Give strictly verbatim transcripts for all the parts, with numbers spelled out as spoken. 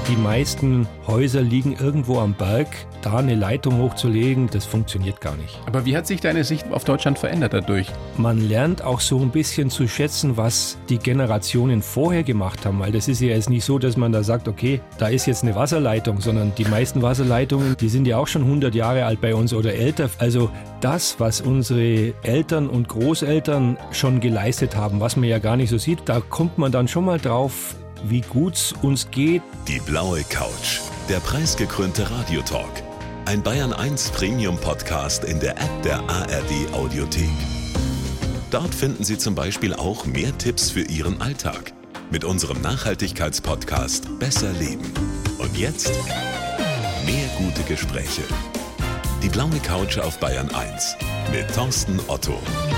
die meisten Häuser liegen irgendwo am Berg. Da eine Leitung hochzulegen, das funktioniert gar nicht. Aber wie hat sich deine Sicht auf Deutschland verändert dadurch? Man lernt auch so ein bisschen zu schätzen, was die Generationen vorher gemacht haben. Weil das ist ja jetzt nicht so, dass man da sagt, okay, da ist jetzt eine Wasserleitung, sondern die meisten Wasserleitungen, die sind ja auch schon hundert Jahre alt bei uns oder älter. Also das, was unsere Eltern und Großeltern schon geleistet haben, was man ja gar nicht so sieht, da kommt man dann schon mal drauf, wie gut es uns geht. Die blaue Couch, der preisgekrönte Radiotalk. Ein Bayern eins Premium-Podcast in der App der A R D-Audiothek. Dort finden Sie zum Beispiel auch mehr Tipps für Ihren Alltag mit unserem Nachhaltigkeitspodcast Besser Leben. Und jetzt mehr gute Gespräche. Die blaue Couch auf Bayern eins mit Thorsten Otto.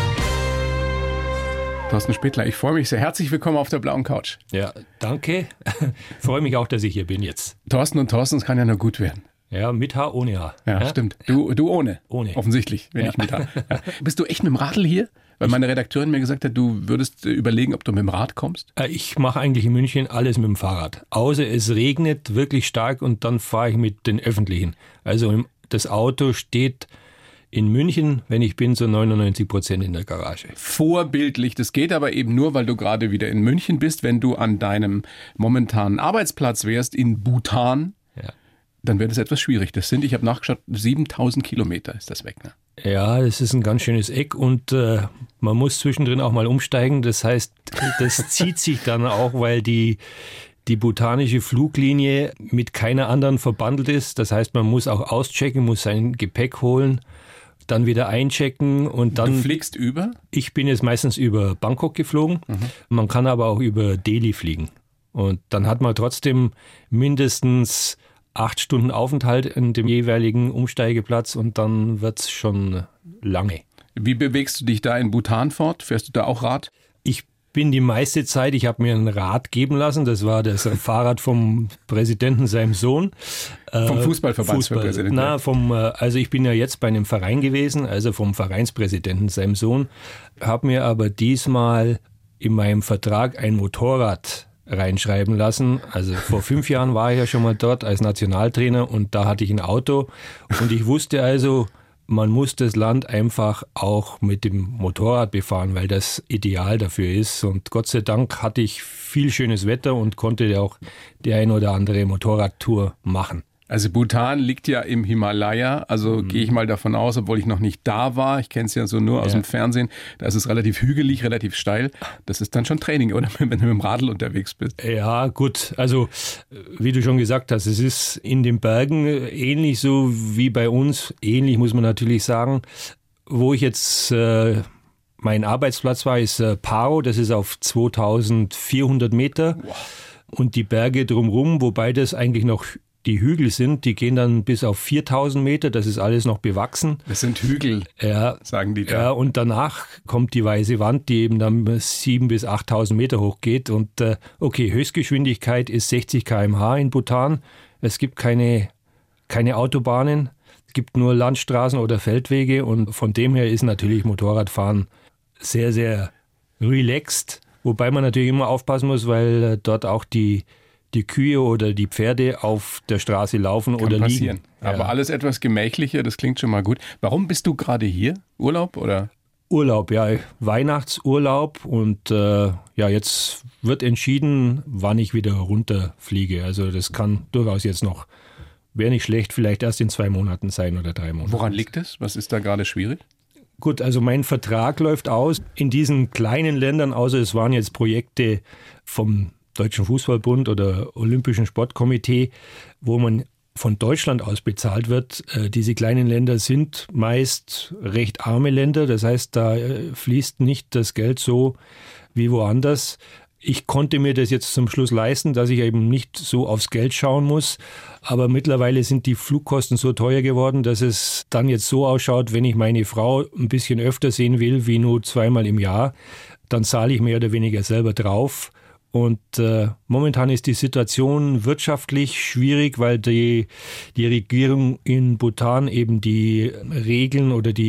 Thorsten Spittler, ich freue mich sehr. Herzlich willkommen auf der blauen Couch. Ja, danke. Ich freue mich auch, dass ich hier bin jetzt. Thorsten und Thorsten, es kann ja nur gut werden. Ja, mit Haar, ohne Haar. Ja, ja? Stimmt. Du, du ohne. Ohne. Offensichtlich, wenn Ja. ich mit Haar. Ja. Bist du echt mit dem Radl hier? Weil meine Redakteurin mir gesagt hat, du würdest überlegen, ob du mit dem Rad kommst. Ich mache eigentlich in München alles mit dem Fahrrad. Außer es regnet wirklich stark und dann fahre ich mit den Öffentlichen. Also das Auto steht in München, wenn ich bin, so neunundneunzig Prozent in der Garage. Vorbildlich. Das geht aber eben nur, weil du gerade wieder in München bist. Wenn du an deinem momentanen Arbeitsplatz wärst in Bhutan, Ja. dann wäre das etwas schwierig. Das sind, ich habe nachgeschaut, siebentausend Kilometer ist das weg. Ne? Ja, das ist ein ganz schönes Eck und äh, man muss zwischendrin auch mal umsteigen. Das heißt, das zieht sich dann auch, weil die, die bhutanische Fluglinie mit keiner anderen verbandelt ist. Das heißt, man muss auch auschecken, muss sein Gepäck holen, dann wieder einchecken und dann... Du fliegst über? Ich bin jetzt meistens über Bangkok geflogen. Mhm. Man kann aber auch über Delhi fliegen. Und dann hat man trotzdem mindestens acht Stunden Aufenthalt in dem jeweiligen Umsteigeplatz und dann wird's schon lange. Wie bewegst du dich da in Bhutan fort? Fährst du da auch Rad? Ich bin die meiste Zeit, ich habe mir ein Rad geben lassen. Das war das Fahrrad vom Präsidenten, seinem Sohn. Vom Fußballverband Fußball. Präsidenten. Na, vom, also ich bin ja jetzt bei einem Verein gewesen, also vom Vereinspräsidenten, seinem Sohn. Habe mir aber diesmal in meinem Vertrag ein Motorrad reinschreiben lassen. Also vor fünf Jahren war ich ja schon mal dort als Nationaltrainer und da hatte ich ein Auto und ich wusste also, man muss das Land einfach auch mit dem Motorrad befahren, weil das ideal dafür ist. Und Gott sei Dank hatte ich viel schönes Wetter und konnte auch die ein oder andere Motorradtour machen. Also Bhutan liegt ja im Himalaya, also mhm. gehe ich mal davon aus, obwohl ich noch nicht da war, ich kenne es ja so nur aus ja. dem Fernsehen, da ist es relativ hügelig, relativ steil. Das ist dann schon Training, oder? Wenn du mit dem Radl unterwegs bist. Ja, gut. Also, wie du schon gesagt hast, es ist in den Bergen ähnlich so wie bei uns. Ähnlich muss man natürlich sagen. Wo ich jetzt, äh, mein Arbeitsplatz war, ist äh, Paro. Das ist auf zweitausendvierhundert Meter. Wow. Und die Berge drumherum, wobei das eigentlich noch die Hügel sind, die gehen dann bis auf viertausend Meter, das ist alles noch bewachsen. Das sind Hügel, ja, sagen die da. Ja, und danach kommt die weiße Wand, die eben dann siebentausend bis achttausend Meter hoch geht. Und äh, okay, Höchstgeschwindigkeit ist sechzig Kilometer pro Stunde in Bhutan. Es gibt keine, keine Autobahnen, es gibt nur Landstraßen oder Feldwege und von dem her ist natürlich Motorradfahren sehr, sehr relaxed. Wobei man natürlich immer aufpassen muss, weil äh, dort auch die die Kühe oder die Pferde auf der Straße laufen Kann oder passieren. liegen. Aber ja. alles etwas gemächlicher, das klingt schon mal gut. Warum bist du gerade hier? Urlaub oder? Urlaub, ja, Weihnachtsurlaub und äh, ja, jetzt wird entschieden, wann ich wieder runterfliege. Also das kann durchaus jetzt noch, wäre nicht schlecht, vielleicht erst in zwei Monaten sein oder drei Monaten. Woran liegt es? Was ist da gerade schwierig? Gut, also mein Vertrag läuft aus. In diesen kleinen Ländern, außer es waren jetzt Projekte vom Deutschen Fußballbund oder Olympischen Sportkomitee, wo man von Deutschland aus bezahlt wird. Diese kleinen Länder sind meist recht arme Länder. Das heißt, da fließt nicht das Geld so wie woanders. Ich konnte mir das jetzt zum Schluss leisten, dass ich eben nicht so aufs Geld schauen muss. Aber mittlerweile sind die Flugkosten so teuer geworden, dass es dann jetzt so ausschaut, wenn ich meine Frau ein bisschen öfter sehen will, wie nur zweimal im Jahr, dann zahle ich mehr oder weniger selber drauf. Und äh, momentan ist die Situation wirtschaftlich schwierig, weil die, die Regierung in Bhutan eben die Regeln oder die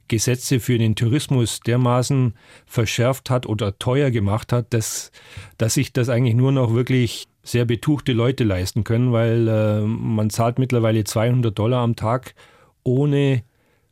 Gesetze für den Tourismus dermaßen verschärft hat oder teuer gemacht hat, dass, dass sich das eigentlich nur noch wirklich sehr betuchte Leute leisten können, weil äh, man zahlt mittlerweile zweihundert Dollar am Tag ohne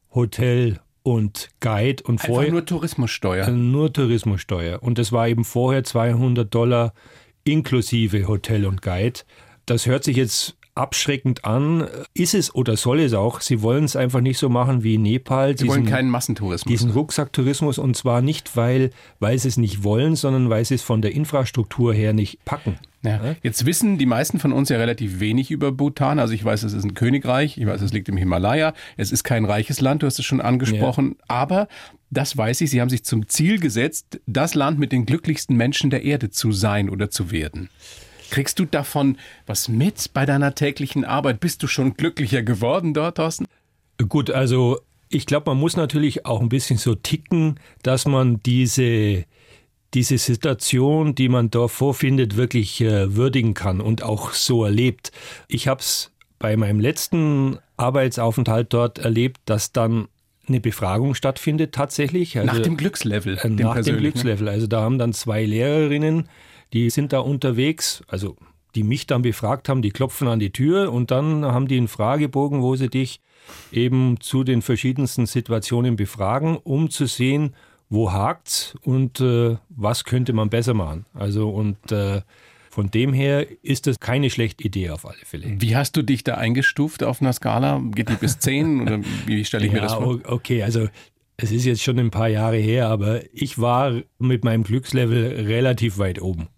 Hotel und Guide. Und Einfach vorher, nur Tourismussteuer. Äh, nur Tourismussteuer. Und das war eben vorher zweihundert Dollar inklusive Hotel und Guide. Das hört sich jetzt abschreckend an, ist es oder soll es auch. Sie wollen es einfach nicht so machen wie Nepal. Sie diesen, wollen keinen Massentourismus. Diesen Rucksacktourismus, und zwar nicht, weil, weil sie es nicht wollen, sondern weil sie es von der Infrastruktur her nicht packen. Ja. Jetzt wissen die meisten von uns ja relativ wenig über Bhutan. Also ich weiß, es ist ein Königreich, ich weiß, es liegt im Himalaya, es ist kein reiches Land, du hast es schon angesprochen, ja. Aber das weiß ich, Sie haben sich zum Ziel gesetzt, das Land mit den glücklichsten Menschen der Erde zu sein oder zu werden. Kriegst du davon was mit bei deiner täglichen Arbeit? Bist du schon glücklicher geworden dort, Thorsten? Gut, also ich glaube, man muss natürlich auch ein bisschen so ticken, dass man diese, diese Situation, die man da vorfindet, wirklich äh, würdigen kann und auch so erlebt. Ich habe es bei meinem letzten Arbeitsaufenthalt dort erlebt, dass dann eine Befragung stattfindet tatsächlich. Also, nach dem Glückslevel. Äh, nach dem Glückslevel. Also da haben dann zwei Lehrerinnen, die sind da unterwegs, also die mich dann befragt haben, die klopfen an die Tür und dann haben die einen Fragebogen, wo sie dich eben zu den verschiedensten Situationen befragen, um zu sehen, wo hakt's und äh, was könnte man besser machen. Also und äh, von dem her ist das keine schlechte Idee auf alle Fälle. Wie hast du dich da eingestuft auf einer Skala? Geht die bis zehn oder wie stelle ich ja, mir das vor? Okay, also es ist jetzt schon ein paar Jahre her, aber ich war mit meinem Glückslevel relativ weit oben.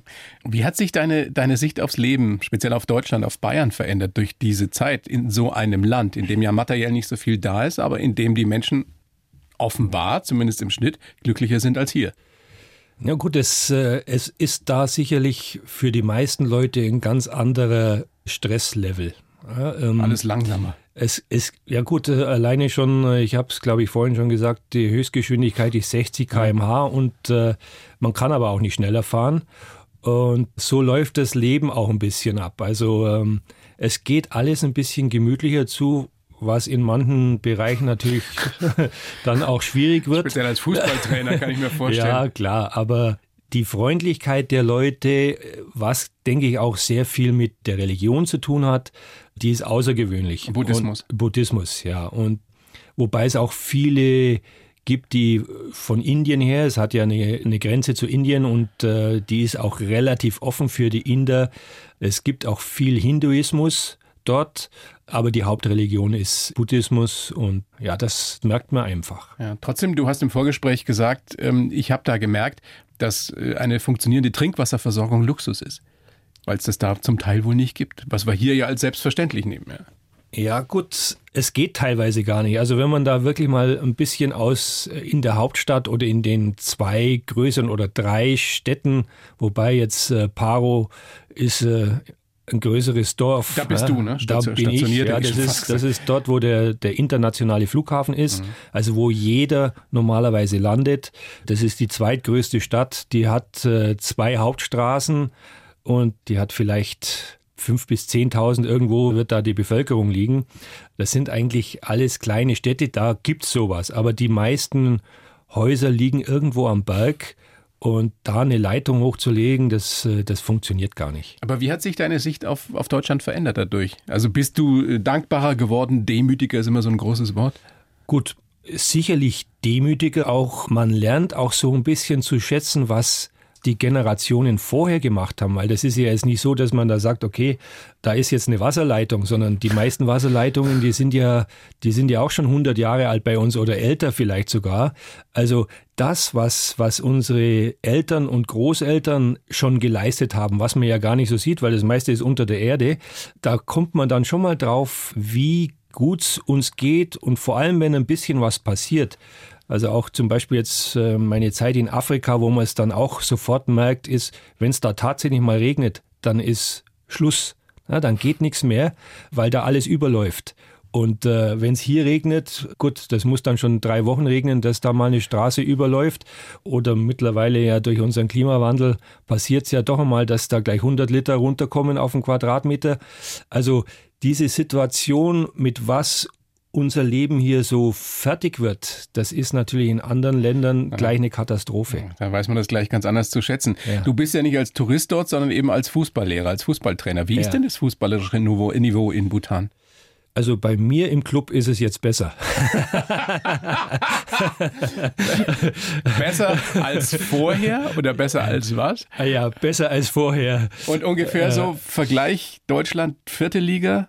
Wie hat sich deine, deine Sicht aufs Leben, speziell auf Deutschland, auf Bayern verändert durch diese Zeit in so einem Land, in dem ja materiell nicht so viel da ist, aber in dem die Menschen offenbar, zumindest im Schnitt, glücklicher sind als hier? Ja gut, es, äh, es ist da sicherlich für die meisten Leute ein ganz anderer Stresslevel. Ja, ähm, Alles langsamer. Es ist, ja gut, äh, alleine schon, äh, ich habe es glaube ich vorhin schon gesagt, die Höchstgeschwindigkeit ist sechzig Kilometer pro Stunde und äh, man kann aber auch nicht schneller fahren. Und so läuft das Leben auch ein bisschen ab. Also ähm, es geht alles ein bisschen gemütlicher zu, was in manchen Bereichen natürlich dann auch schwierig wird. Speziell als Fußballtrainer kann ich mir vorstellen. Ja, klar, aber die Freundlichkeit der Leute, was denke ich auch sehr viel mit der Religion zu tun hat, die ist außergewöhnlich. Buddhismus. Und Buddhismus, ja. Und wobei es auch viele gibt, die von Indien her, es hat ja eine, eine Grenze zu Indien und äh, die ist auch relativ offen für die Inder. Es gibt auch viel Hinduismus dort, aber die Hauptreligion ist Buddhismus und ja, das merkt man einfach. Ja, trotzdem, du hast im Vorgespräch gesagt, ähm, ich habe da gemerkt, dass äh, eine funktionierende Trinkwasserversorgung Luxus ist, weil es das da zum Teil wohl nicht gibt, was wir hier ja als selbstverständlich nehmen. Ja. Ja gut, es geht teilweise gar nicht. Also wenn man da wirklich mal ein bisschen aus in der Hauptstadt oder in den zwei größeren oder drei Städten, wobei jetzt äh, Paro ist äh, ein größeres Dorf. Da bist ja, du, ne? Da Station, bin ich. Ja, das ist, das ist dort, wo der, der internationale Flughafen ist, mhm. also wo jeder normalerweise landet. Das ist die zweitgrößte Stadt. Die hat äh, zwei Hauptstraßen und die hat vielleicht fünf bis zehntausend, irgendwo wird da die Bevölkerung liegen. Das sind eigentlich alles kleine Städte, da gibt's sowas. Aber die meisten Häuser liegen irgendwo am Berg und da eine Leitung hochzulegen, das, das funktioniert gar nicht. Aber wie hat sich deine Sicht auf, auf Deutschland verändert dadurch? Also bist du dankbarer geworden? Demütiger ist immer so ein großes Wort. Gut, sicherlich demütiger auch. Man lernt auch so ein bisschen zu schätzen, was die Generationen vorher gemacht haben, weil das ist ja jetzt nicht so, dass man da sagt, okay, da ist jetzt eine Wasserleitung, sondern die meisten Wasserleitungen, die sind ja, die sind ja auch schon hundert Jahre alt bei uns oder älter vielleicht sogar. Also das, was, was unsere Eltern und Großeltern schon geleistet haben, was man ja gar nicht so sieht, weil das meiste ist unter der Erde, da kommt man dann schon mal drauf, wie gut es uns geht und vor allem, wenn ein bisschen was passiert. Also auch zum Beispiel jetzt meine Zeit in Afrika, wo man es dann auch sofort merkt, ist, wenn es da tatsächlich mal regnet, dann ist Schluss. Ja, dann geht nichts mehr, weil da alles überläuft. Und äh, wenn es hier regnet, gut, das muss dann schon drei Wochen regnen, dass da mal eine Straße überläuft. Oder mittlerweile ja durch unseren Klimawandel passiert es ja doch einmal, dass da gleich hundert Liter runterkommen auf einen Quadratmeter. Also diese Situation, mit was unser Leben hier so fertig wird, das ist natürlich in anderen Ländern gleich eine Katastrophe. Da weiß man das gleich ganz anders zu schätzen. Ja. Du bist ja nicht als Tourist dort, sondern eben als Fußballlehrer, als Fußballtrainer. Wie ja. ist denn das fußballerische Niveau in Bhutan? Also bei mir im Club ist es jetzt besser. Besser als vorher oder besser als was? Ja, besser als vorher. Und ungefähr äh, so Vergleich Deutschland, vierte Liga?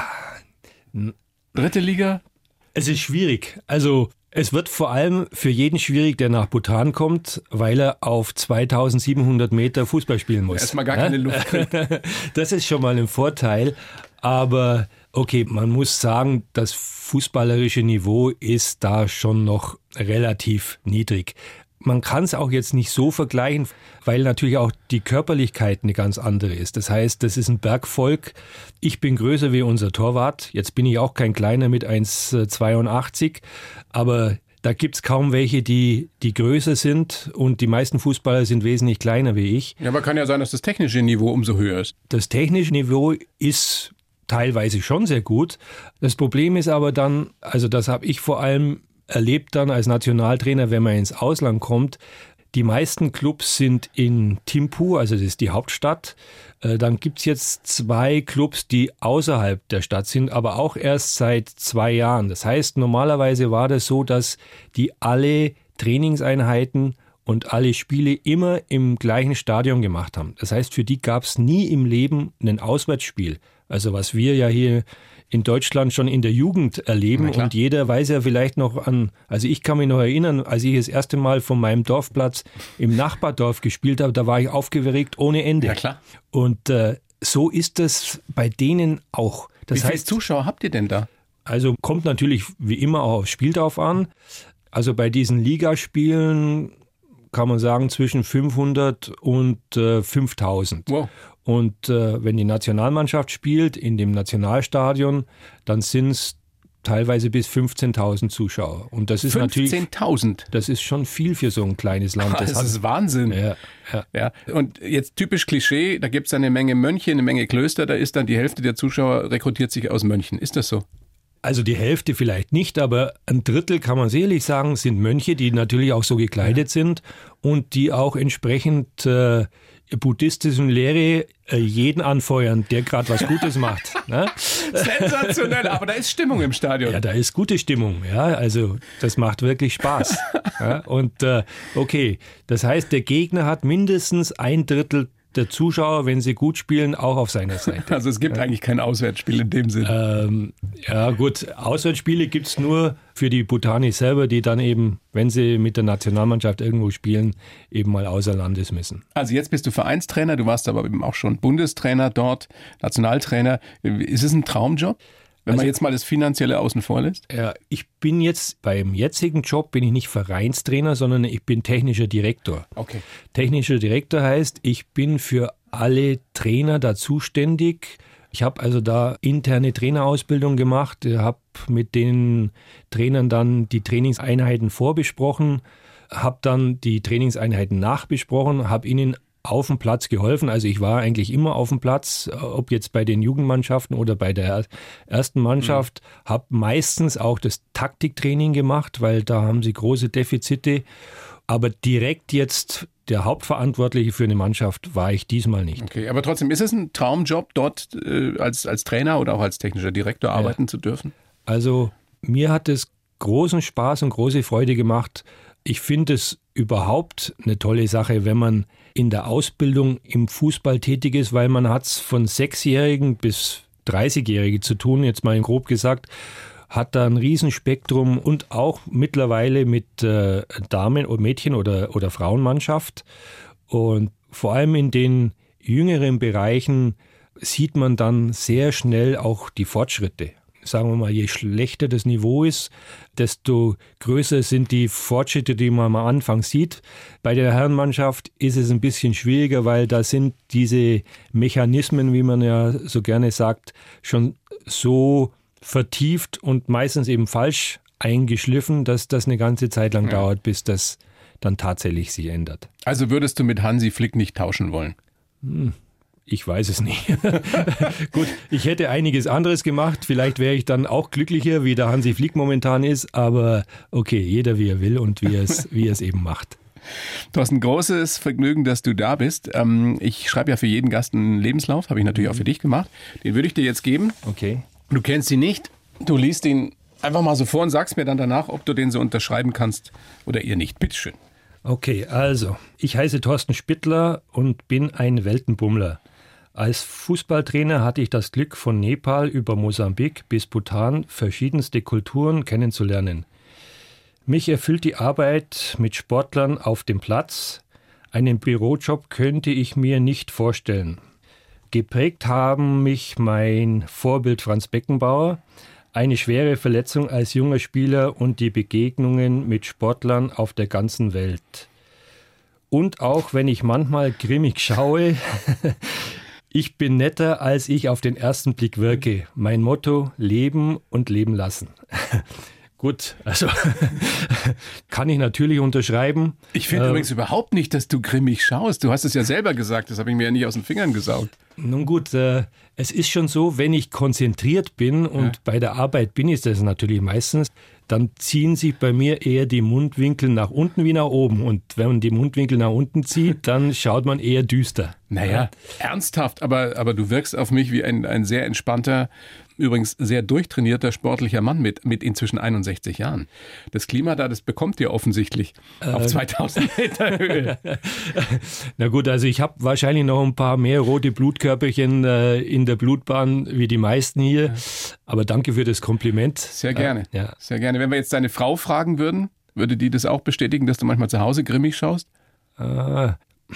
Dritte Liga? Es ist schwierig. Also es wird vor allem für jeden schwierig, der nach Bhutan kommt, weil er auf zweitausendsiebenhundert Meter Fußball spielen muss. Erstmal gar keine Luft kriegt. Das ist schon mal ein Vorteil. Aber okay, man muss sagen, das fußballerische Niveau ist da schon noch relativ niedrig. Man kann es auch jetzt nicht so vergleichen, weil natürlich auch die Körperlichkeit eine ganz andere ist. Das heißt, das ist ein Bergvolk. Ich bin größer wie unser Torwart. Jetzt bin ich auch kein Kleiner mit eins Komma zweiundachtzig, aber da gibt's kaum welche, die, die größer sind, und die meisten Fußballer sind wesentlich kleiner wie ich. Ja, aber kann ja sein, dass das technische Niveau umso höher ist. Das technische Niveau ist teilweise schon sehr gut. Das Problem ist aber dann, also das habe ich vor allem erlebt dann als Nationaltrainer, wenn man ins Ausland kommt. Die meisten Clubs sind in Thimphu, also das ist die Hauptstadt. Dann gibt's jetzt zwei Clubs, die außerhalb der Stadt sind, aber auch erst seit zwei Jahren. Das heißt, normalerweise war das so, dass die alle Trainingseinheiten und alle Spiele immer im gleichen Stadion gemacht haben. Das heißt, für die gab's nie im Leben ein Auswärtsspiel. Also was wir ja hier in Deutschland schon in der Jugend erleben, und jeder weiß ja vielleicht noch an, also ich kann mich noch erinnern, als ich das erste Mal von meinem Dorfplatz im Nachbardorf gespielt habe, da war ich aufgeregt ohne Ende. Ja, klar. Und äh, so ist das bei denen auch. Das Wie viele heißt, Zuschauer habt ihr denn da? Also kommt natürlich wie immer auch aufs Spiel drauf an. Also bei diesen Ligaspielen kann man sagen zwischen fünfhundert und äh, fünftausend. Wow. Und äh, wenn die Nationalmannschaft spielt in dem Nationalstadion, dann sind es teilweise bis fünfzehntausend Zuschauer. Und das ist natürlich fünfzehntausend? Das ist schon viel für so ein kleines Land. Das, das hat, ist Wahnsinn. Ja, ja. Ja. Und jetzt typisch Klischee, da gibt es eine Menge Mönche, eine Menge Klöster, da ist dann die Hälfte der Zuschauer rekrutiert sich aus Mönchen. Ist das so? Also die Hälfte vielleicht nicht, aber ein Drittel, kann man sicherlich sagen, sind Mönche, die natürlich auch so gekleidet ja. sind und die auch entsprechend äh, buddhistischen Lehre äh, jeden anfeuern, der gerade was Gutes macht. Ne? Sensationell, aber da ist Stimmung im Stadion. Ja, da ist gute Stimmung. Ja, also das macht wirklich Spaß. Ja, und äh, okay, das heißt, der Gegner hat mindestens ein Drittel der Zuschauer, wenn sie gut spielen, auch auf seiner Seite. Also es gibt ja. eigentlich kein Auswärtsspiel in dem Sinn. Ähm, ja gut, Auswärtsspiele gibt es nur für die Bhutanis selber, die dann eben, wenn sie mit der Nationalmannschaft irgendwo spielen, eben mal außer Landes müssen. Also jetzt bist du Vereinstrainer, du warst aber eben auch schon Bundestrainer dort, Nationaltrainer. Ist es ein Traumjob? Wenn man also, jetzt mal das Finanzielle außen vor lässt? Ja, ich bin jetzt beim jetzigen Job bin ich nicht Vereinstrainer, sondern ich bin technischer Direktor. Okay. Technischer Direktor heißt, ich bin für alle Trainer da zuständig. Ich habe also da interne Trainerausbildung gemacht, habe mit den Trainern dann die Trainingseinheiten vorbesprochen, habe dann die Trainingseinheiten nachbesprochen, habe ihnen auf dem Platz geholfen. Also ich war eigentlich immer auf dem Platz, ob jetzt bei den Jugendmannschaften oder bei der ersten Mannschaft. Mhm. Habe meistens auch das Taktiktraining gemacht, weil da haben sie große Defizite. Aber direkt jetzt der Hauptverantwortliche für eine Mannschaft war ich diesmal nicht. Okay, aber trotzdem, ist es ein Traumjob, dort äh, als, als Trainer oder auch als technischer Direktor arbeiten ja. zu dürfen? Also mir hat es großen Spaß und große Freude gemacht. Ich finde es überhaupt eine tolle Sache, wenn man in der Ausbildung im Fußball tätig ist, weil man hat es von Sechsjährigen bis dreißigjährige zu tun, jetzt mal grob gesagt, hat da ein Riesenspektrum und auch mittlerweile mit äh, Damen- oder Mädchen- oder, oder Frauenmannschaft. Und vor allem in den jüngeren Bereichen sieht man dann sehr schnell auch die Fortschritte. Sagen wir mal, je schlechter das Niveau ist, desto größer sind die Fortschritte, die man am Anfang sieht. Bei der Herrenmannschaft ist es ein bisschen schwieriger, weil da sind diese Mechanismen, wie man ja so gerne sagt, schon so vertieft und meistens eben falsch eingeschliffen, dass das eine ganze Zeit lang ja. dauert, bis das dann tatsächlich sich ändert. Also würdest du mit Hansi Flick nicht tauschen wollen? Hm. Ich weiß es nicht. Gut, ich hätte einiges anderes gemacht. Vielleicht wäre ich dann auch glücklicher, wie der Hansi Flick momentan ist. Aber okay, jeder wie er will und wie er es, wie er es eben macht. Thorsten, großes Vergnügen, dass du da bist. Ich schreibe ja für jeden Gast einen Lebenslauf, habe ich natürlich auch für dich gemacht. Den würde ich dir jetzt geben. Okay. Du kennst ihn nicht. Du liest ihn einfach mal so vor und sagst mir dann danach, ob du den so unterschreiben kannst oder ihr nicht. Bitteschön. Okay, also, ich heiße Thorsten Spittler und bin ein Weltenbummler. Als Fußballtrainer hatte ich das Glück, von Nepal über Mosambik bis Bhutan verschiedenste Kulturen kennenzulernen. Mich erfüllt die Arbeit mit Sportlern auf dem Platz. Einen Bürojob könnte ich mir nicht vorstellen. Geprägt haben mich mein Vorbild Franz Beckenbauer, eine schwere Verletzung als junger Spieler und die Begegnungen mit Sportlern auf der ganzen Welt. Und auch wenn ich manchmal grimmig schaue, ich bin netter, als ich auf den ersten Blick wirke. Mein Motto: Leben und leben lassen. Gut, also kann ich natürlich unterschreiben. Ich finde äh, übrigens überhaupt nicht, dass du grimmig schaust. Du hast es ja selber gesagt, das habe ich mir ja nicht aus den Fingern gesaugt. Nun gut, äh, es ist schon so, wenn ich konzentriert bin und ja. bei der Arbeit bin ich das natürlich meistens, dann ziehen sich bei mir eher die Mundwinkel nach unten wie nach oben. Und wenn man die Mundwinkel nach unten zieht, dann schaut man eher düster. Naja, ja. ernsthaft, aber, aber du wirkst auf mich wie ein, ein sehr entspannter, übrigens sehr durchtrainierter sportlicher Mann mit, mit inzwischen einundsechzig Jahren. Das Klima da, das bekommt ihr offensichtlich äh, auf zweitausend Meter Höhe. Na gut, also ich habe wahrscheinlich noch ein paar mehr rote Blutkörperchen äh, in der Blutbahn wie die meisten hier. Ja. Aber danke für das Kompliment. Sehr gerne, äh, ja. sehr gerne. Wenn wir jetzt deine Frau fragen würden, würde die das auch bestätigen, dass du manchmal zu Hause grimmig schaust? Äh,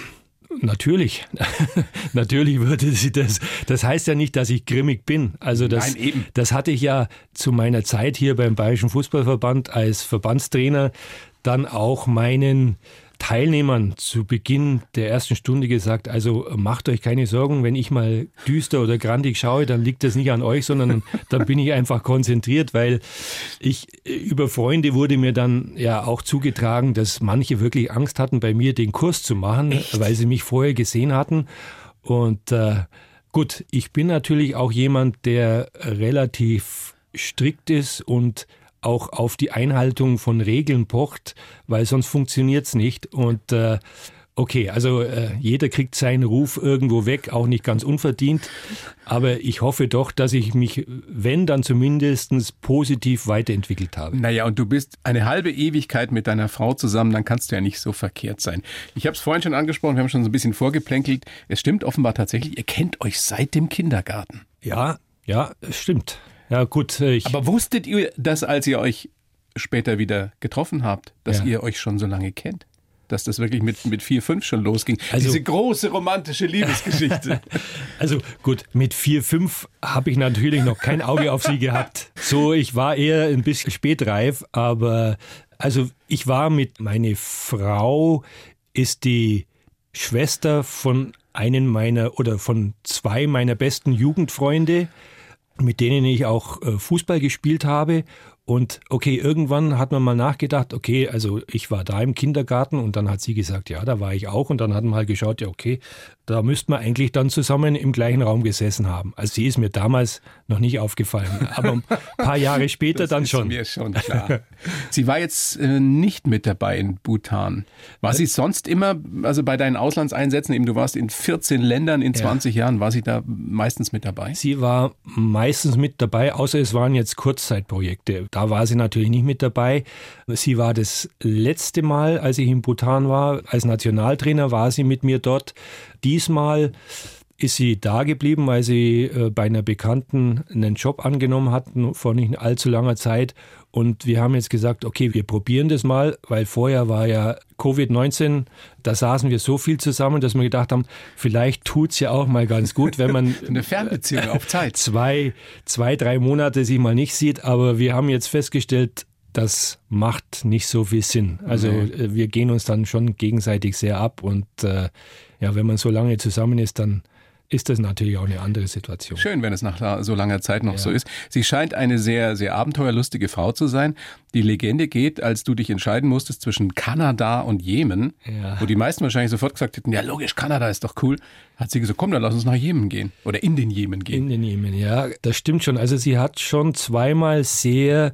Natürlich, natürlich würde sie das. Das heißt ja nicht, dass ich grimmig bin. Also das, Nein, eben. das hatte ich ja zu meiner Zeit hier beim Bayerischen Fußballverband als Verbandstrainer dann auch meinen Teilnehmern zu Beginn der ersten Stunde gesagt, also macht euch keine Sorgen, wenn ich mal düster oder grantig schaue, dann liegt das nicht an euch, sondern dann bin ich einfach konzentriert, weil ich über Freunde wurde mir dann ja auch zugetragen, dass manche wirklich Angst hatten, bei mir den Kurs zu machen, Echt? weil sie mich vorher gesehen hatten. Und äh, gut, ich bin natürlich auch jemand, der relativ strikt ist und auch auf die Einhaltung von Regeln pocht, weil sonst funktioniert es nicht. Und äh, okay, also äh, jeder kriegt seinen Ruf irgendwo weg, auch nicht ganz unverdient. Aber ich hoffe doch, dass ich mich, wenn, dann zumindest positiv weiterentwickelt habe. Naja, und du bist eine halbe Ewigkeit mit deiner Frau zusammen, dann kannst du ja nicht so verkehrt sein. Ich habe es vorhin schon angesprochen, wir haben schon so ein bisschen vorgeplänkelt. Es stimmt offenbar tatsächlich, ihr kennt euch seit dem Kindergarten. Ja, ja, es stimmt. Ja, gut. Ich Aber wusstet ihr das, als ihr euch später wieder getroffen habt, dass ja. ihr euch schon so lange kennt? Dass das wirklich mit, mit vier, fünf schon losging? Also, diese große romantische Liebesgeschichte. Also gut, mit vier, fünf habe ich natürlich noch kein Auge auf sie gehabt. So, ich war eher ein bisschen spätreif, aber also ich war mit, meine Frau ist die Schwester von einem meiner oder von zwei meiner besten Jugendfreunde, mit denen ich auch äh, Fußball gespielt habe. Und okay, irgendwann hat man mal nachgedacht, okay, also ich war da im Kindergarten und dann hat sie gesagt, ja, da war ich auch. Und dann hat man halt geschaut, ja, okay, da müsste man eigentlich dann zusammen im gleichen Raum gesessen haben. Also sie ist mir damals noch nicht aufgefallen, aber ein paar Jahre später das dann ist schon. Mir schon klar. Sie war jetzt äh, nicht mit dabei in Bhutan. War sie sonst immer, also bei deinen Auslandseinsätzen, eben du warst in vierzehn Ländern in zwanzig ja. Jahren, war sie da meistens mit dabei? Sie war meistens mit dabei, außer es waren jetzt Kurzzeitprojekte. Da war sie natürlich nicht mit dabei. Sie war das letzte Mal, als ich in Bhutan war, als Nationaltrainer war sie mit mir dort. Diesmal ist sie da geblieben, weil sie äh, bei einer Bekannten einen Job angenommen hat, vor nicht allzu langer Zeit. Und wir haben jetzt gesagt, okay, wir probieren das mal, weil vorher war ja Covid neunzehn, da saßen wir so viel zusammen, dass wir gedacht haben, vielleicht tut's ja auch mal ganz gut, wenn man eine Fernbeziehung auf Zeit. Zwei, zwei, drei Monate sich mal nicht sieht. Aber wir haben jetzt festgestellt, das macht nicht so viel Sinn. Also nee. wir gehen uns dann schon gegenseitig sehr ab und äh, ja, wenn man so lange zusammen ist, dann ist das natürlich auch eine andere Situation. Schön, wenn es nach so langer Zeit noch ja. so ist. Sie scheint eine sehr, sehr abenteuerlustige Frau zu sein. Die Legende geht, als du dich entscheiden musstest zwischen Kanada und Jemen, ja. wo die meisten wahrscheinlich sofort gesagt hätten, ja logisch, Kanada ist doch cool, hat sie gesagt, komm, dann lass uns nach Jemen gehen oder in den Jemen gehen. In den Jemen, ja, das stimmt schon. Also sie hat schon zweimal sehr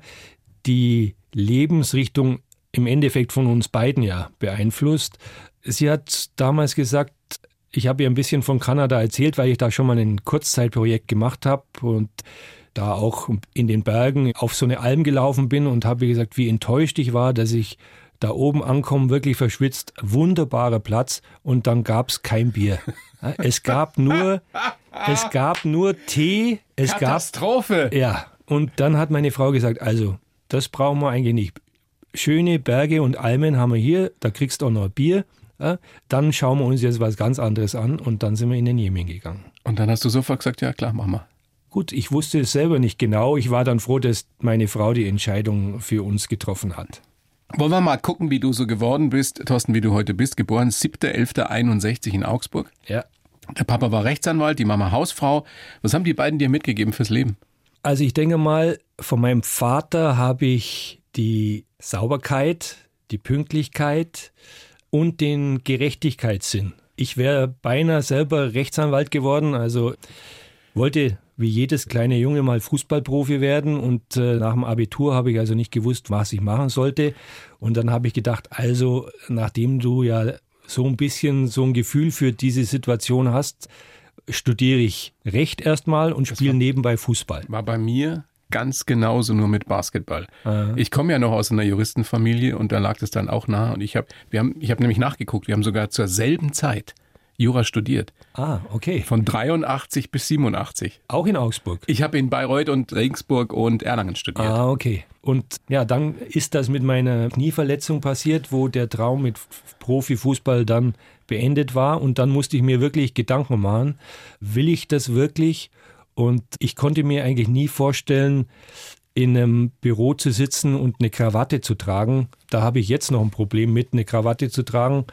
die Lebensrichtung im Endeffekt von uns beiden ja beeinflusst. Sie hat damals gesagt, ich habe ihr ein bisschen von Kanada erzählt, weil ich da schon mal ein Kurzzeitprojekt gemacht habe und da auch in den Bergen auf so eine Alm gelaufen bin und habe gesagt, wie enttäuscht ich war, dass ich da oben ankomme, wirklich verschwitzt, wunderbarer Platz und dann gab es kein Bier. Es gab nur, es gab nur Tee. Es Katastrophe! Gab, ja, und dann hat meine Frau gesagt, also das brauchen wir eigentlich nicht. Schöne Berge und Almen haben wir hier, da kriegst du auch noch Bier. Ja, dann schauen wir uns jetzt was ganz anderes an und dann sind wir in den Jemen gegangen. Und dann hast du sofort gesagt, ja klar, machen wir. Gut, ich wusste es selber nicht genau. Ich war dann froh, dass meine Frau die Entscheidung für uns getroffen hat. Wollen wir mal gucken, wie du so geworden bist, Thorsten, wie du heute bist. Geboren siebter elfter einundsechzig in Augsburg. Ja. Der Papa war Rechtsanwalt, die Mama Hausfrau. Was haben die beiden dir mitgegeben fürs Leben? Also ich denke mal, von meinem Vater habe ich die Sauberkeit, die Pünktlichkeit und den Gerechtigkeitssinn. Ich wäre beinahe selber Rechtsanwalt geworden, also wollte wie jedes kleine Junge mal Fußballprofi werden und äh, nach dem Abitur habe ich also nicht gewusst, was ich machen sollte. Und dann habe ich gedacht, also nachdem du ja so ein bisschen so ein Gefühl für diese Situation hast, studiere ich Recht erstmal und spiele nebenbei Fußball. War bei mir ganz genauso, nur mit Basketball. Aha. Ich komme ja noch aus einer Juristenfamilie und da lag das dann auch nahe. Und ich habe wir haben, ich hab nämlich nachgeguckt, wir haben sogar zur selben Zeit Jura studiert. Ah, okay. Von dreiundachtzig bis siebenundachtzig. Auch in Augsburg? Ich habe in Bayreuth und Regensburg und Erlangen studiert. Ah, okay. Und ja, dann ist das mit meiner Knieverletzung passiert, wo der Traum mit Profifußball dann beendet war. Und dann musste ich mir wirklich Gedanken machen, will ich das wirklich? Und ich konnte mir eigentlich nie vorstellen, in einem Büro zu sitzen und eine Krawatte zu tragen. Da habe ich jetzt noch ein Problem mit, eine Krawatte zu tragen.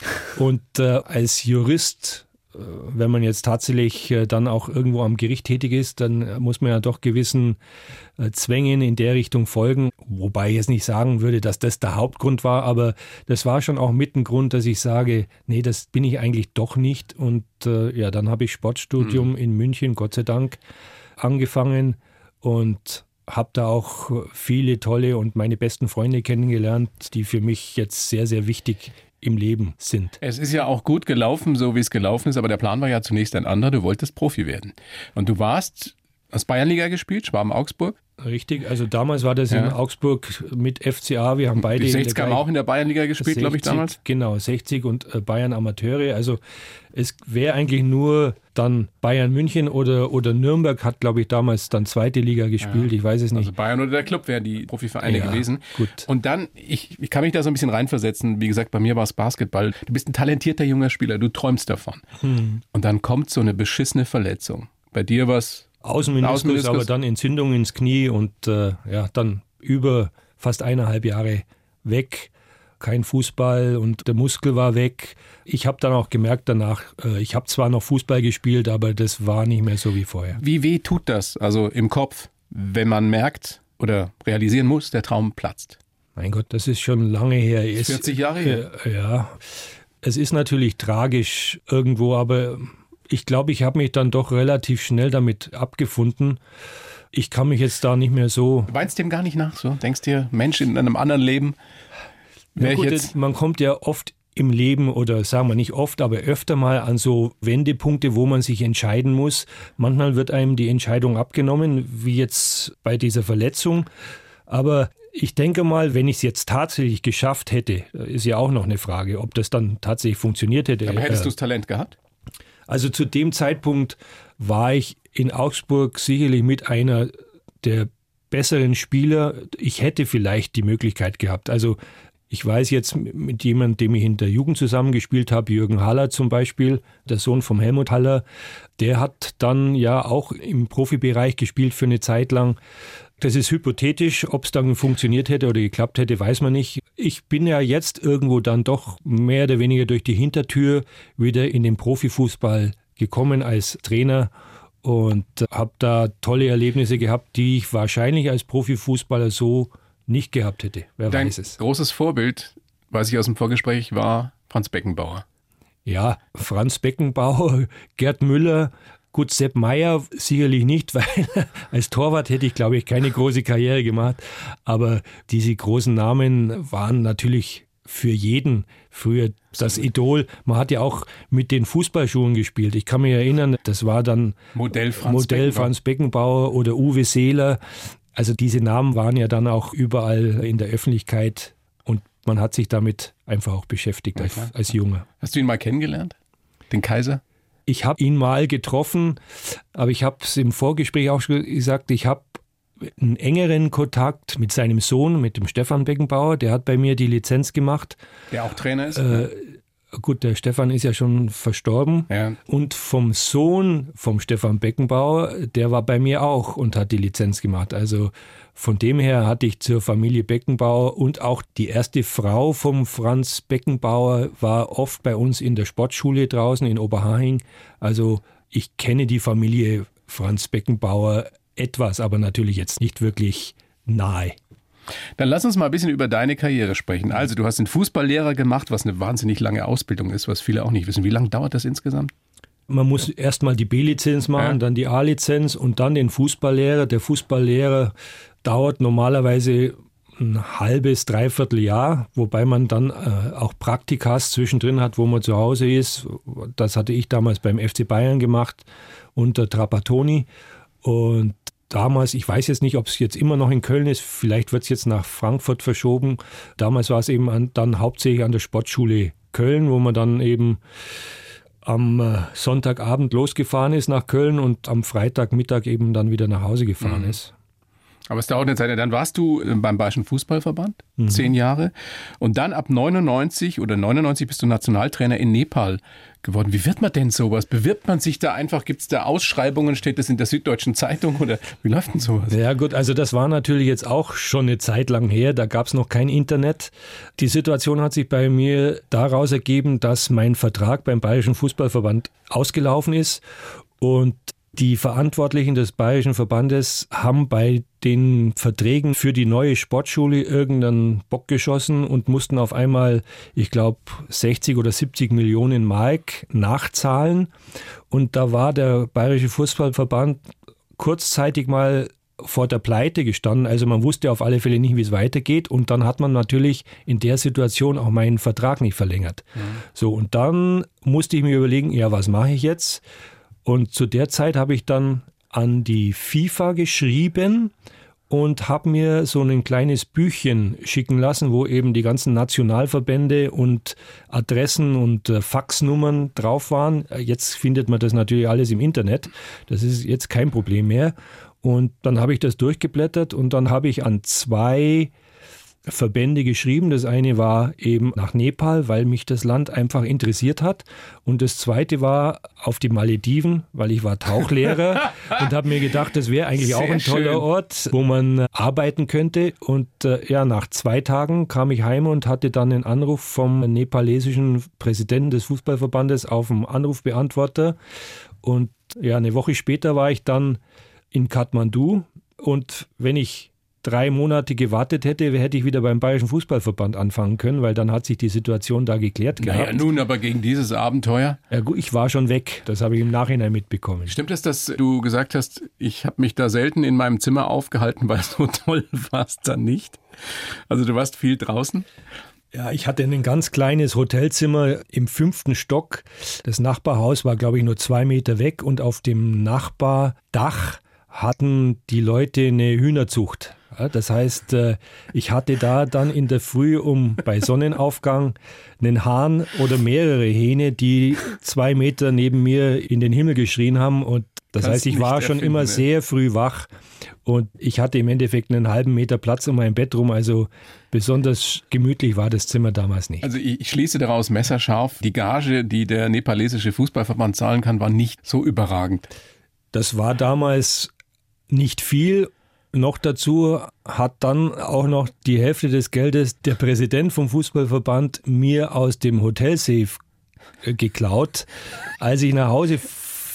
Und äh, als Jurist, äh, wenn man jetzt tatsächlich äh, dann auch irgendwo am Gericht tätig ist, dann muss man ja doch gewissen äh, Zwängen in der Richtung folgen. Wobei ich jetzt nicht sagen würde, dass das der Hauptgrund war, aber das war schon auch mit ein Grund, dass ich sage, nee, das bin ich eigentlich doch nicht. Und äh, ja, dann habe ich Sportstudium mhm. in München, Gott sei Dank, angefangen und habe da auch viele tolle und meine besten Freunde kennengelernt, die für mich jetzt sehr, sehr wichtig im Leben sind. Es ist ja auch gut gelaufen, so wie es gelaufen ist, aber der Plan war ja zunächst ein anderer, du wolltest Profi werden. Und du warst, hast Bayernliga gespielt, Schwaben-Augsburg? Richtig, also damals war das ja. in Augsburg mit F C A, wir haben beide... Die sechziger haben auch in der Bayernliga gespielt, glaube ich, damals? Genau, sechzig und Bayern Amateure, also es wäre eigentlich nur dann Bayern München oder, oder Nürnberg hat, glaube ich, damals dann zweite Liga gespielt, ja. ich weiß es nicht. Also Bayern oder der Club wären die Profivereine ja, gewesen. Gut. Und dann, ich, ich kann mich da so ein bisschen reinversetzen, wie gesagt, bei mir war es Basketball. Du bist ein talentierter junger Spieler, du träumst davon. Hm. Und dann kommt so eine beschissene Verletzung. Bei dir war es... Außenmeniskus, Außenmeniskus, aber dann Entzündung ins Knie und äh, ja, dann über fast eineinhalb Jahre weg. Kein Fußball und der Muskel war weg. Ich habe dann auch gemerkt danach, äh, ich habe zwar noch Fußball gespielt, aber das war nicht mehr so wie vorher. Wie weh tut das, also im Kopf, wenn man merkt oder realisieren muss, der Traum platzt? Mein Gott, das ist schon lange her. Es, vierzig Jahre her? Äh, ja, es ist natürlich tragisch irgendwo, aber... Ich glaube, ich habe mich dann doch relativ schnell damit abgefunden. Ich kann mich jetzt da nicht mehr so... Du weinst dem gar nicht nach, so? Denkst dir, Mensch, in einem anderen Leben wäre ich jetzt... Man kommt ja oft im Leben, oder sagen wir nicht oft, aber öfter mal an so Wendepunkte, wo man sich entscheiden muss. Manchmal wird einem die Entscheidung abgenommen, wie jetzt bei dieser Verletzung. Aber ich denke mal, wenn ich es jetzt tatsächlich geschafft hätte, ist ja auch noch eine Frage, ob das dann tatsächlich funktioniert hätte. Aber hättest du das Talent gehabt? Also zu dem Zeitpunkt war ich in Augsburg sicherlich mit einer der besseren Spieler. Ich hätte vielleicht die Möglichkeit gehabt. Also ich weiß jetzt mit jemandem, dem ich in der Jugend zusammengespielt habe, Jürgen Haller zum Beispiel, der Sohn vom Helmut Haller, der hat dann ja auch im Profibereich gespielt für eine Zeit lang. Das ist hypothetisch, ob es dann funktioniert hätte oder geklappt hätte, weiß man nicht. Ich bin ja jetzt irgendwo dann doch mehr oder weniger durch die Hintertür wieder in den Profifußball gekommen als Trainer und habe da tolle Erlebnisse gehabt, die ich wahrscheinlich als Profifußballer so nicht gehabt hätte. Wer Dein weiß es. Großes Vorbild, weiß ich aus dem Vorgespräch, war Franz Beckenbauer. Ja, Franz Beckenbauer, Gerd Müller, gut, Sepp Maier sicherlich nicht, weil als Torwart hätte ich, glaube ich, keine große Karriere gemacht. Aber diese großen Namen waren natürlich für jeden früher das Idol. Man hat ja auch mit den Fußballschuhen gespielt. Ich kann mich erinnern, das war dann Modell Franz, Modell Beckenbauer. Franz Beckenbauer oder Uwe Seeler. Also diese Namen waren ja dann auch überall in der Öffentlichkeit und man hat sich damit einfach auch beschäftigt als, als Junge. Hast du ihn mal kennengelernt, den Kaiser? Ich habe ihn mal getroffen, aber ich habe es im Vorgespräch auch schon gesagt, ich habe einen engeren Kontakt mit seinem Sohn, mit dem Stefan Beckenbauer. Der hat bei mir die Lizenz gemacht. Der auch Trainer ist? Äh, gut, der Stefan ist ja schon verstorben. Ja. Und vom Sohn vom Stefan Beckenbauer, der war bei mir auch und hat die Lizenz gemacht. Also von dem her hatte ich zur Familie Beckenbauer und auch die erste Frau vom Franz Beckenbauer war oft bei uns in der Sportschule draußen in Oberhaching. Also ich kenne die Familie Franz Beckenbauer etwas, aber natürlich jetzt nicht wirklich nahe. Dann lass uns mal ein bisschen über deine Karriere sprechen. Also du hast den Fußballlehrer gemacht, was eine wahnsinnig lange Ausbildung ist, was viele auch nicht wissen. Wie lange dauert das insgesamt? Man muss erstmal die B-Lizenz machen, ja. Dann die A-Lizenz und dann den Fußballlehrer. Der Fußballlehrer dauert normalerweise ein halbes, dreiviertel Jahr, wobei man dann äh, auch Praktikas zwischendrin hat, wo man zu Hause ist. Das hatte ich damals beim F C Bayern gemacht unter Trapattoni. Und damals, ich weiß jetzt nicht, ob es jetzt immer noch in Köln ist, vielleicht wird es jetzt nach Frankfurt verschoben. Damals war es eben an, dann hauptsächlich an der Sportschule Köln, wo man dann eben am äh, Sonntagabend losgefahren ist nach Köln und am Freitagmittag eben dann wieder nach Hause gefahren mhm. ist. Aber es dauert eine Zeit. Dann warst du beim Bayerischen Fußballverband, mhm. zehn Jahre. Und dann ab neunundneunzig oder neunundneunzig bist du Nationaltrainer in Nepal geworden. Wie wird man denn sowas? Bewirbt man sich da einfach? Gibt es da Ausschreibungen? Steht das in der Süddeutschen Zeitung? Oder wie läuft denn sowas? Ja gut, also das war natürlich jetzt auch schon eine Zeit lang her. Da gab es noch kein Internet. Die Situation hat sich bei mir daraus ergeben, dass mein Vertrag beim Bayerischen Fußballverband ausgelaufen ist. Und die Verantwortlichen des Bayerischen Verbandes haben bei den Verträgen für die neue Sportschule irgendeinen Bock geschossen und mussten auf einmal, ich glaube, sechzig oder siebzig Millionen Mark nachzahlen. Und da war der Bayerische Fußballverband kurzzeitig mal vor der Pleite gestanden. Also man wusste auf alle Fälle nicht, wie es weitergeht. Und dann hat man natürlich in der Situation auch meinen Vertrag nicht verlängert. Mhm. So, und dann musste ich mir überlegen, ja, was mache ich jetzt? Und zu der Zeit habe ich dann an die FIFA geschrieben und habe mir so ein kleines Büchchen schicken lassen, wo eben die ganzen Nationalverbände und Adressen und äh, Faxnummern drauf waren. Jetzt findet man das natürlich alles im Internet. Das ist jetzt kein Problem mehr. Und dann habe ich das durchgeblättert und dann habe ich an zwei Verbände geschrieben. Das eine war eben nach Nepal, weil mich das Land einfach interessiert hat. Und das zweite war auf die Malediven, weil ich war Tauchlehrer und habe mir gedacht, das wäre eigentlich Sehr auch ein toller schön. Ort, wo man arbeiten könnte. Und äh, ja, nach zwei Tagen kam ich heim und hatte dann einen Anruf vom nepalesischen Präsidenten des Fußballverbandes auf dem Anrufbeantworter. Und ja, eine Woche später war ich dann in Kathmandu. Und wenn ich drei Monate gewartet hätte, hätte ich wieder beim Bayerischen Fußballverband anfangen können, weil dann hat sich die Situation da geklärt gehabt. Naja, nun aber gegen dieses Abenteuer? Ja gut, ich war schon weg. Das habe ich im Nachhinein mitbekommen. Stimmt es, dass du gesagt hast, ich habe mich da selten in meinem Zimmer aufgehalten, weil so toll war es dann nicht? Also du warst viel draußen? Ja, ich hatte ein ganz kleines Hotelzimmer im fünften Stock. Das Nachbarhaus war, glaube ich, nur zwei Meter weg und auf dem Nachbardach hatten die Leute eine Hühnerzucht. Ja, das heißt, ich hatte da dann in der Früh um bei Sonnenaufgang einen Hahn oder mehrere Hähne, die zwei Meter neben mir in den Himmel geschrien haben. Und das Kannst heißt, ich war schon immer ne? sehr früh wach und ich hatte im Endeffekt einen halben Meter Platz um mein Bett rum. Also besonders gemütlich war das Zimmer damals nicht. Also ich schließe daraus messerscharf, die Gage, die der nepalesische Fußballverband zahlen kann, war nicht so überragend. Das war damals nicht viel. Noch dazu hat dann auch noch die Hälfte des Geldes der Präsident vom Fußballverband mir aus dem Hotelsafe geklaut. Als ich nach Hause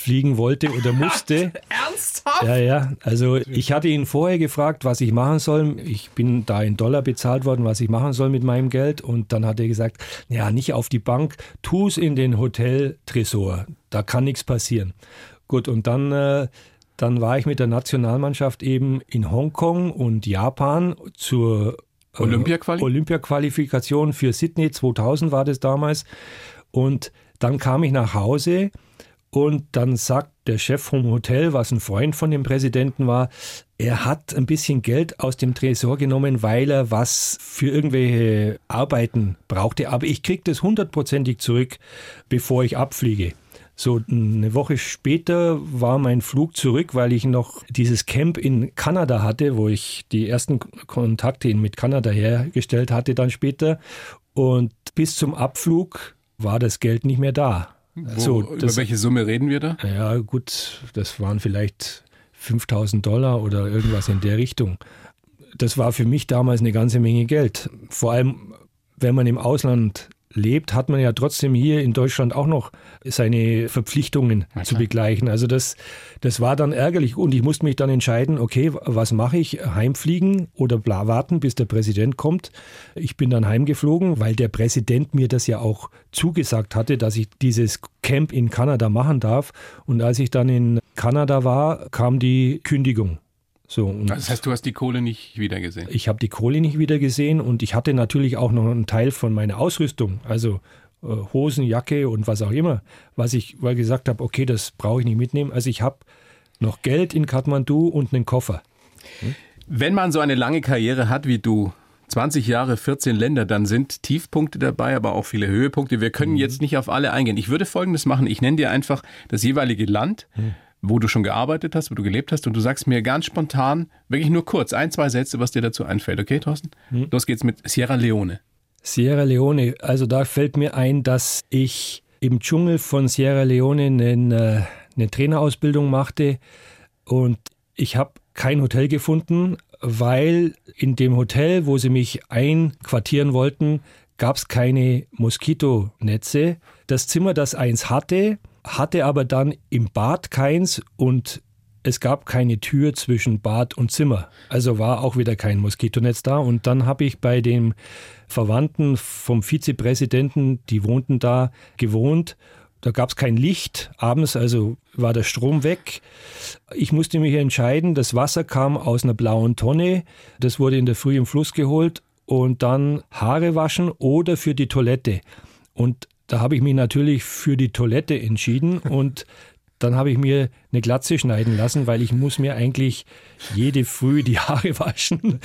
fliegen wollte oder musste. Ernsthaft? Ja, ja. Also ich hatte ihn vorher gefragt, was ich machen soll. Ich bin da in Dollar bezahlt worden, was ich machen soll mit meinem Geld. Und dann hat er gesagt, ja, nicht auf die Bank, tu es in den Hotel-Tresor. Da kann nichts passieren. Gut, und dann, äh, dann war ich mit der Nationalmannschaft eben in Hongkong und Japan zur äh, Olympia-Quali? Olympia-Qualifikation für Sydney zweitausend war das damals. Und dann kam ich nach Hause und dann sagt der Chef vom Hotel, was ein Freund von dem Präsidenten war, er hat ein bisschen Geld aus dem Tresor genommen, weil er was für irgendwelche Arbeiten brauchte. Aber ich kriege das hundertprozentig zurück, bevor ich abfliege. So eine Woche später war mein Flug zurück, weil ich noch dieses Camp in Kanada hatte, wo ich die ersten Kontakte mit Kanada hergestellt hatte dann später. Und bis zum Abflug war das Geld nicht mehr da. Wo, so, über das, welche Summe reden wir da? Ja gut, das waren vielleicht fünftausend Dollar oder irgendwas in der Richtung. Das war für mich damals eine ganze Menge Geld. Vor allem, wenn man im Ausland lebt, hat man ja trotzdem hier in Deutschland auch noch seine Verpflichtungen ja, zu begleichen. Also das, das war dann ärgerlich und ich musste mich dann entscheiden, okay, was mache ich? Heimfliegen oder bla warten, bis der Präsident kommt. Ich bin dann heimgeflogen, weil der Präsident mir das ja auch zugesagt hatte, dass ich dieses Camp in Kanada machen darf. Und als ich dann in Kanada war, kam die Kündigung. So, und das heißt, du hast die Kohle nicht wiedergesehen? Ich habe die Kohle nicht wiedergesehen und ich hatte natürlich auch noch einen Teil von meiner Ausrüstung, also äh, Hosen, Jacke und was auch immer, was ich weil gesagt habe, okay, das brauche ich nicht mitnehmen. Also ich habe noch Geld in Kathmandu und einen Koffer. Hm? Wenn man so eine lange Karriere hat wie du, zwanzig Jahre, vierzehn Länder, dann sind Tiefpunkte dabei, aber auch viele Höhepunkte. Wir können mhm. jetzt nicht auf alle eingehen. Ich würde Folgendes machen, ich nenne dir einfach das jeweilige Land, mhm. wo du schon gearbeitet hast, wo du gelebt hast und du sagst mir ganz spontan, wirklich nur kurz, ein, zwei Sätze, was dir dazu einfällt. Okay, Thorsten? Hm. Los geht's mit Sierra Leone. Sierra Leone, also da fällt mir ein, dass ich im Dschungel von Sierra Leone eine, eine Trainerausbildung machte und ich habe kein Hotel gefunden, weil in dem Hotel, wo sie mich einquartieren wollten, gab es keine Moskitonetze. Das Zimmer, das eins hatte, hatte aber dann im Bad keins und es gab keine Tür zwischen Bad und Zimmer. Also war auch wieder kein Moskitonetz da. Und dann habe ich bei den Verwandten vom Vizepräsidenten, die wohnten da, gewohnt. Da gab es kein Licht abends, also war der Strom weg. Ich musste mich entscheiden, das Wasser kam aus einer blauen Tonne. Das wurde in der Früh im Fluss geholt und dann Haare waschen oder für die Toilette. Und da habe ich mich natürlich für die Toilette entschieden und dann habe ich mir eine Glatze schneiden lassen, weil ich muss mir eigentlich jede Früh die Haare waschen,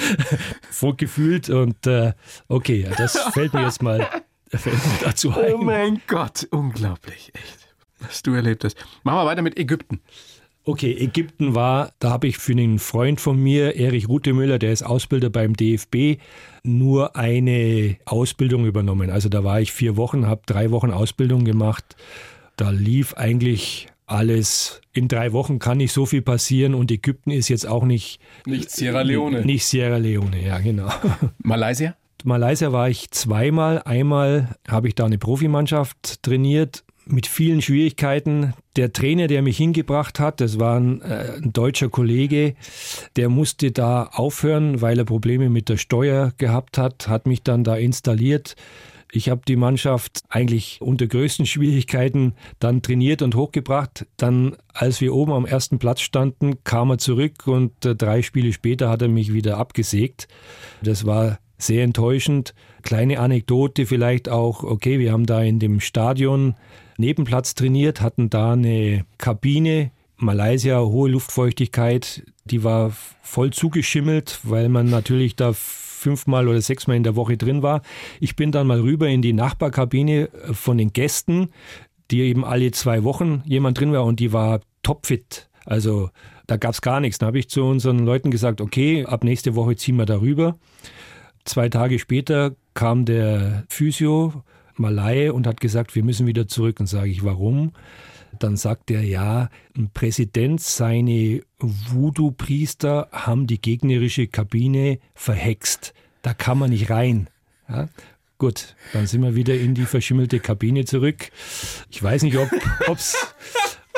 vorgefühlt und äh, okay, das fällt mir jetzt mal fällt mir dazu ein. Oh mein Gott, unglaublich, echt, was du erlebt hast. Machen wir weiter mit Ägypten. Okay, Ägypten war, da habe ich für einen Freund von mir, Erich Rutemüller, der ist Ausbilder beim D F B, nur eine Ausbildung übernommen. Also da war ich vier Wochen, habe drei Wochen Ausbildung gemacht. Da lief eigentlich alles. In drei Wochen kann nicht so viel passieren und Ägypten ist jetzt auch nicht... Nicht Sierra Leone. Nicht Sierra Leone, ja genau. Malaysia? Malaysia war ich zweimal. Einmal habe ich da eine Profimannschaft trainiert. Mit vielen Schwierigkeiten. Der Trainer, der mich hingebracht hat, das war ein, äh, ein deutscher Kollege, der musste da aufhören, weil er Probleme mit der Steuer gehabt hat, hat mich dann da installiert. Ich habe die Mannschaft eigentlich unter größten Schwierigkeiten dann trainiert und hochgebracht. Dann, als wir oben am ersten Platz standen, kam er zurück und äh, drei Spiele später hat er mich wieder abgesägt. Das war sehr enttäuschend. Kleine Anekdote vielleicht auch, okay, wir haben da in dem Stadion Nebenplatz trainiert, hatten da eine Kabine, Malaysia, hohe Luftfeuchtigkeit, die war voll zugeschimmelt, weil man natürlich da fünfmal oder sechsmal in der Woche drin war. Ich bin dann mal rüber in die Nachbarkabine von den Gästen, die eben alle zwei Wochen jemand drin war und die war topfit. Also da gab es gar nichts. Dann habe ich zu unseren Leuten gesagt, okay, ab nächste Woche ziehen wir da rüber. Zwei Tage später kam der Physio, Malaye, und hat gesagt, wir müssen wieder zurück. Und sage ich, warum? Dann sagt er, ja, ein Präsident, seine Voodoo-Priester haben die gegnerische Kabine verhext. Da kann man nicht rein. Ja? Gut, dann sind wir wieder in die verschimmelte Kabine zurück. Ich weiß nicht, ob es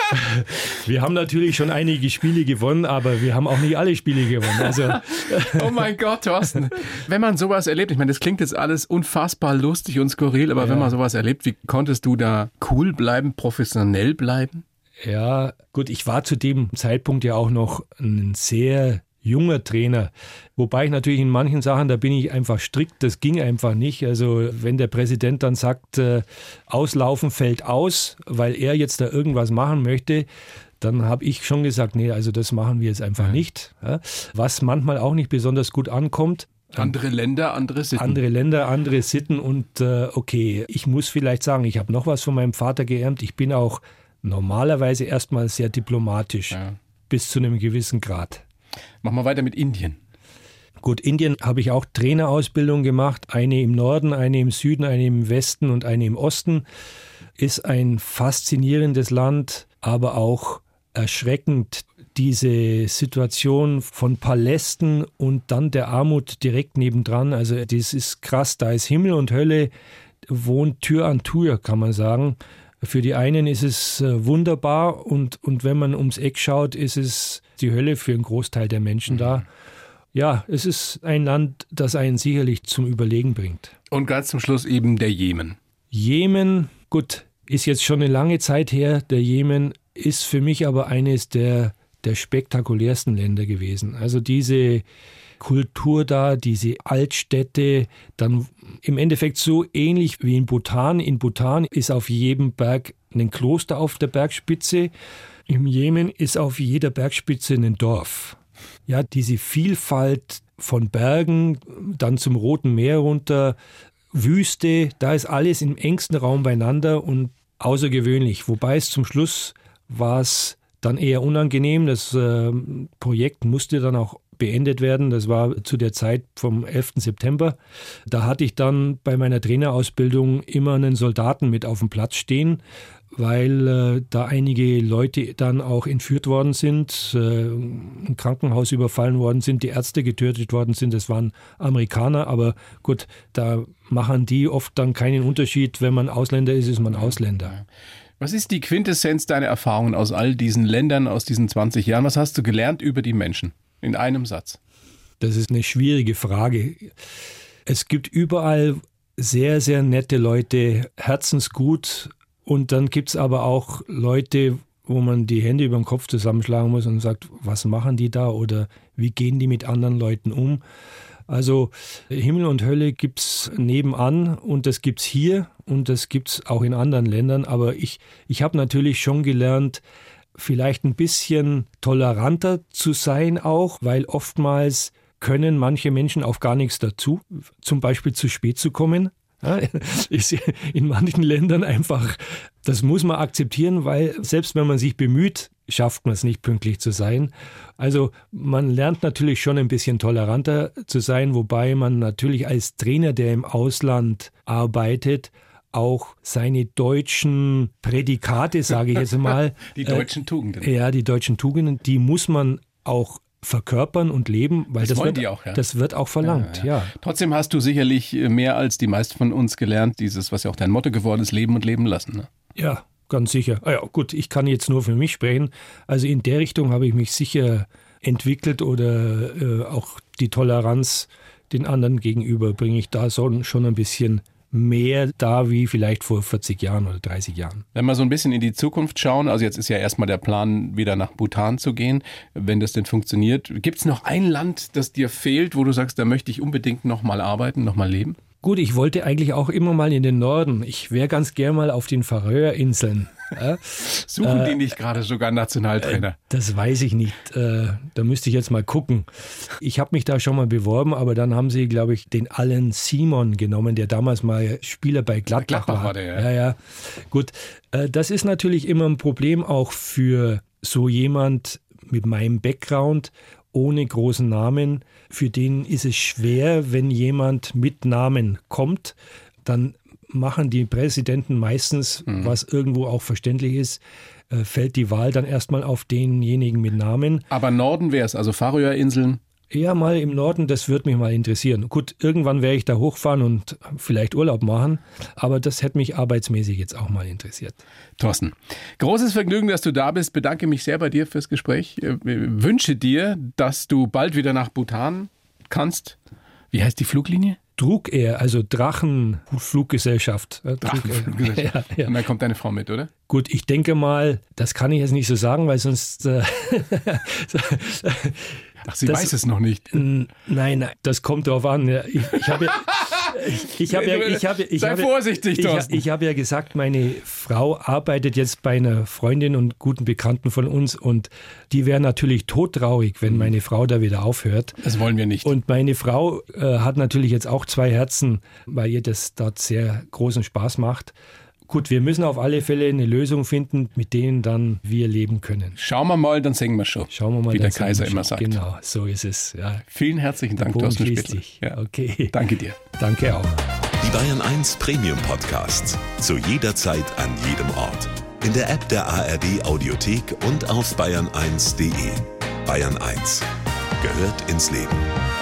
Wir haben natürlich schon einige Spiele gewonnen, aber wir haben auch nicht alle Spiele gewonnen. Also oh mein Gott, Thorsten. Wenn man sowas erlebt, ich meine, das klingt jetzt alles unfassbar lustig und skurril, aber ja. wenn man sowas erlebt, wie konntest du da cool bleiben, professionell bleiben? Ja, gut, ich war zu dem Zeitpunkt ja auch noch ein sehr junger Trainer, wobei ich natürlich in manchen Sachen, da bin ich einfach strikt, das ging einfach nicht. Also wenn der Präsident dann sagt, äh, auslaufen fällt aus, weil er jetzt da irgendwas machen möchte, dann habe ich schon gesagt, nee, also das machen wir jetzt einfach ja. nicht. Ja, was manchmal auch nicht besonders gut ankommt. Andere Länder, andere Sitten. Andere Länder, andere Sitten und äh, okay, ich muss vielleicht sagen, ich habe noch was von meinem Vater geerbt. Ich bin auch normalerweise erstmal sehr diplomatisch, ja. bis zu einem gewissen Grad. Machen wir weiter mit Indien. Gut, Indien habe ich auch Trainerausbildung gemacht. Eine im Norden, eine im Süden, eine im Westen und eine im Osten. Ist ein faszinierendes Land, aber auch erschreckend. Diese Situation von Palästen und dann der Armut direkt nebendran. Also das ist krass, da ist Himmel und Hölle, wohnt Tür an Tür, kann man sagen. Für die einen ist es äh, wunderbar und, und wenn man ums Eck schaut, ist es die Hölle für einen Großteil der Menschen mhm. da. Ja, es ist ein Land, das einen sicherlich zum Überlegen bringt. Und ganz zum Schluss eben der Jemen. Jemen, gut, ist jetzt schon eine lange Zeit her. Der Jemen ist für mich aber eines der, der spektakulärsten Länder gewesen. Also diese Kultur da, diese Altstädte, dann im Endeffekt so ähnlich wie in Bhutan. In Bhutan ist auf jedem Berg ein Kloster auf der Bergspitze. Im Jemen ist auf jeder Bergspitze ein Dorf. Ja, diese Vielfalt von Bergen, dann zum Roten Meer runter, Wüste, da ist alles im engsten Raum beieinander und außergewöhnlich. Wobei es zum Schluss war es dann eher unangenehm. Das äh, Projekt musste dann auch beendet werden. Das war zu der Zeit vom elften September. Da hatte ich dann bei meiner Trainerausbildung immer einen Soldaten mit auf dem Platz stehen, weil äh, da einige Leute dann auch entführt worden sind, äh, im Krankenhaus überfallen worden sind, die Ärzte getötet worden sind. Das waren Amerikaner, aber gut, da machen die oft dann keinen Unterschied. Wenn man Ausländer ist, ist man Ausländer. Was ist die Quintessenz deiner Erfahrungen aus all diesen Ländern, aus diesen zwanzig Jahren? Was hast du gelernt über die Menschen? In einem Satz. Das ist eine schwierige Frage. Es gibt überall sehr, sehr nette Leute, herzensgut. Und dann gibt es aber auch Leute, wo man die Hände über den Kopf zusammenschlagen muss und sagt, was machen die da oder wie gehen die mit anderen Leuten um? Also Himmel und Hölle gibt es nebenan und das gibt es hier und das gibt es auch in anderen Ländern. Aber ich, ich habe natürlich schon gelernt, vielleicht ein bisschen toleranter zu sein auch, weil oftmals können manche Menschen auch gar nichts dazu, zum Beispiel zu spät zu kommen. Ja, ist in manchen Ländern einfach, das muss man akzeptieren, weil selbst wenn man sich bemüht, schafft man es nicht, pünktlich zu sein. Also man lernt natürlich schon ein bisschen toleranter zu sein, wobei man natürlich als Trainer, der im Ausland arbeitet, auch seine deutschen Prädikate, sage ich jetzt mal. Die deutschen Tugenden. Äh, ja, die deutschen Tugenden, die muss man auch verkörpern und leben, weil das, das, wird, die auch, ja. das wird auch verlangt. Ja, ja. Ja. Trotzdem hast du sicherlich mehr als die meisten von uns gelernt, dieses, was ja auch dein Motto geworden ist, leben und leben lassen. Ne? Ja, ganz sicher. Ah ja, gut, ich kann jetzt nur für mich sprechen. Also in der Richtung habe ich mich sicher entwickelt oder äh, auch die Toleranz den anderen gegenüber bringe ich da so, schon ein bisschen mehr da wie vielleicht vor vierzig Jahren oder dreißig Jahren. Wenn wir so ein bisschen in die Zukunft schauen, also jetzt ist ja erstmal der Plan, wieder nach Bhutan zu gehen, wenn das denn funktioniert. Gibt es noch ein Land, das dir fehlt, wo du sagst, da möchte ich unbedingt noch mal arbeiten, noch mal leben? Gut, ich wollte eigentlich auch immer mal in den Norden. Ich wäre ganz gern mal auf den Färöerinseln. Ja? Suchen die nicht gerade sogar Nationaltrainer? Das weiß ich nicht. Da müsste ich jetzt mal gucken. Ich habe mich da schon mal beworben, aber dann haben sie, glaube ich, den Alan Simon genommen, der damals mal Spieler bei Gladbach, Gladbach war. war der, ja. Ja, ja. Gut, das ist natürlich immer ein Problem auch für so jemand mit meinem Background, ohne großen Namen. Für den ist es schwer, wenn jemand mit Namen kommt, dann machen die Präsidenten meistens, mhm. was irgendwo auch verständlich ist, äh, fällt die Wahl dann erstmal auf denjenigen mit Namen. Aber Norden wäre es, also Färöerinseln? Ja, mal im Norden, das würde mich mal interessieren. Gut, irgendwann werde ich da hochfahren und vielleicht Urlaub machen, aber das hätte mich arbeitsmäßig jetzt auch mal interessiert. Thorsten, großes Vergnügen, dass du da bist. Bedanke mich sehr bei dir fürs Gespräch. Ich wünsche dir, dass du bald wieder nach Bhutan kannst. Wie heißt die Fluglinie? Drugair, also Drachenfluggesellschaft. Drachenfluggesellschaft. Ja, ja. Und dann kommt deine Frau mit, oder? Gut, ich denke mal, das kann ich jetzt nicht so sagen, weil sonst... Äh, Ach, sie das, weiß es noch nicht. Nein, nein, das kommt drauf an. Ich, ich habe ja... Ich, ich habe ja, ich habe, ich Sei habe, vorsichtig, ich, Thorsten. Ich habe ja gesagt, meine Frau arbeitet jetzt bei einer Freundin und guten Bekannten von uns und die wäre natürlich todtraurig, wenn meine Frau da wieder aufhört. Das wollen wir nicht. Und meine Frau äh, hat natürlich jetzt auch zwei Herzen, weil ihr das dort sehr großen Spaß macht. Gut, wir müssen auf alle Fälle eine Lösung finden, mit denen dann wir leben können. Schauen wir mal, dann singen wir schon. Schauen wir mal, wie der Kaiser immer sagt. Genau, so ist es. Ja. Vielen herzlichen Dank, Thorsten Spittler. Ja. Okay. Danke dir. Danke auch. Die Bayern eins Premium Podcasts. Zu jeder Zeit, an jedem Ort. In der App der A R D Audiothek und auf bayern eins punkt de. Bayern eins gehört ins Leben.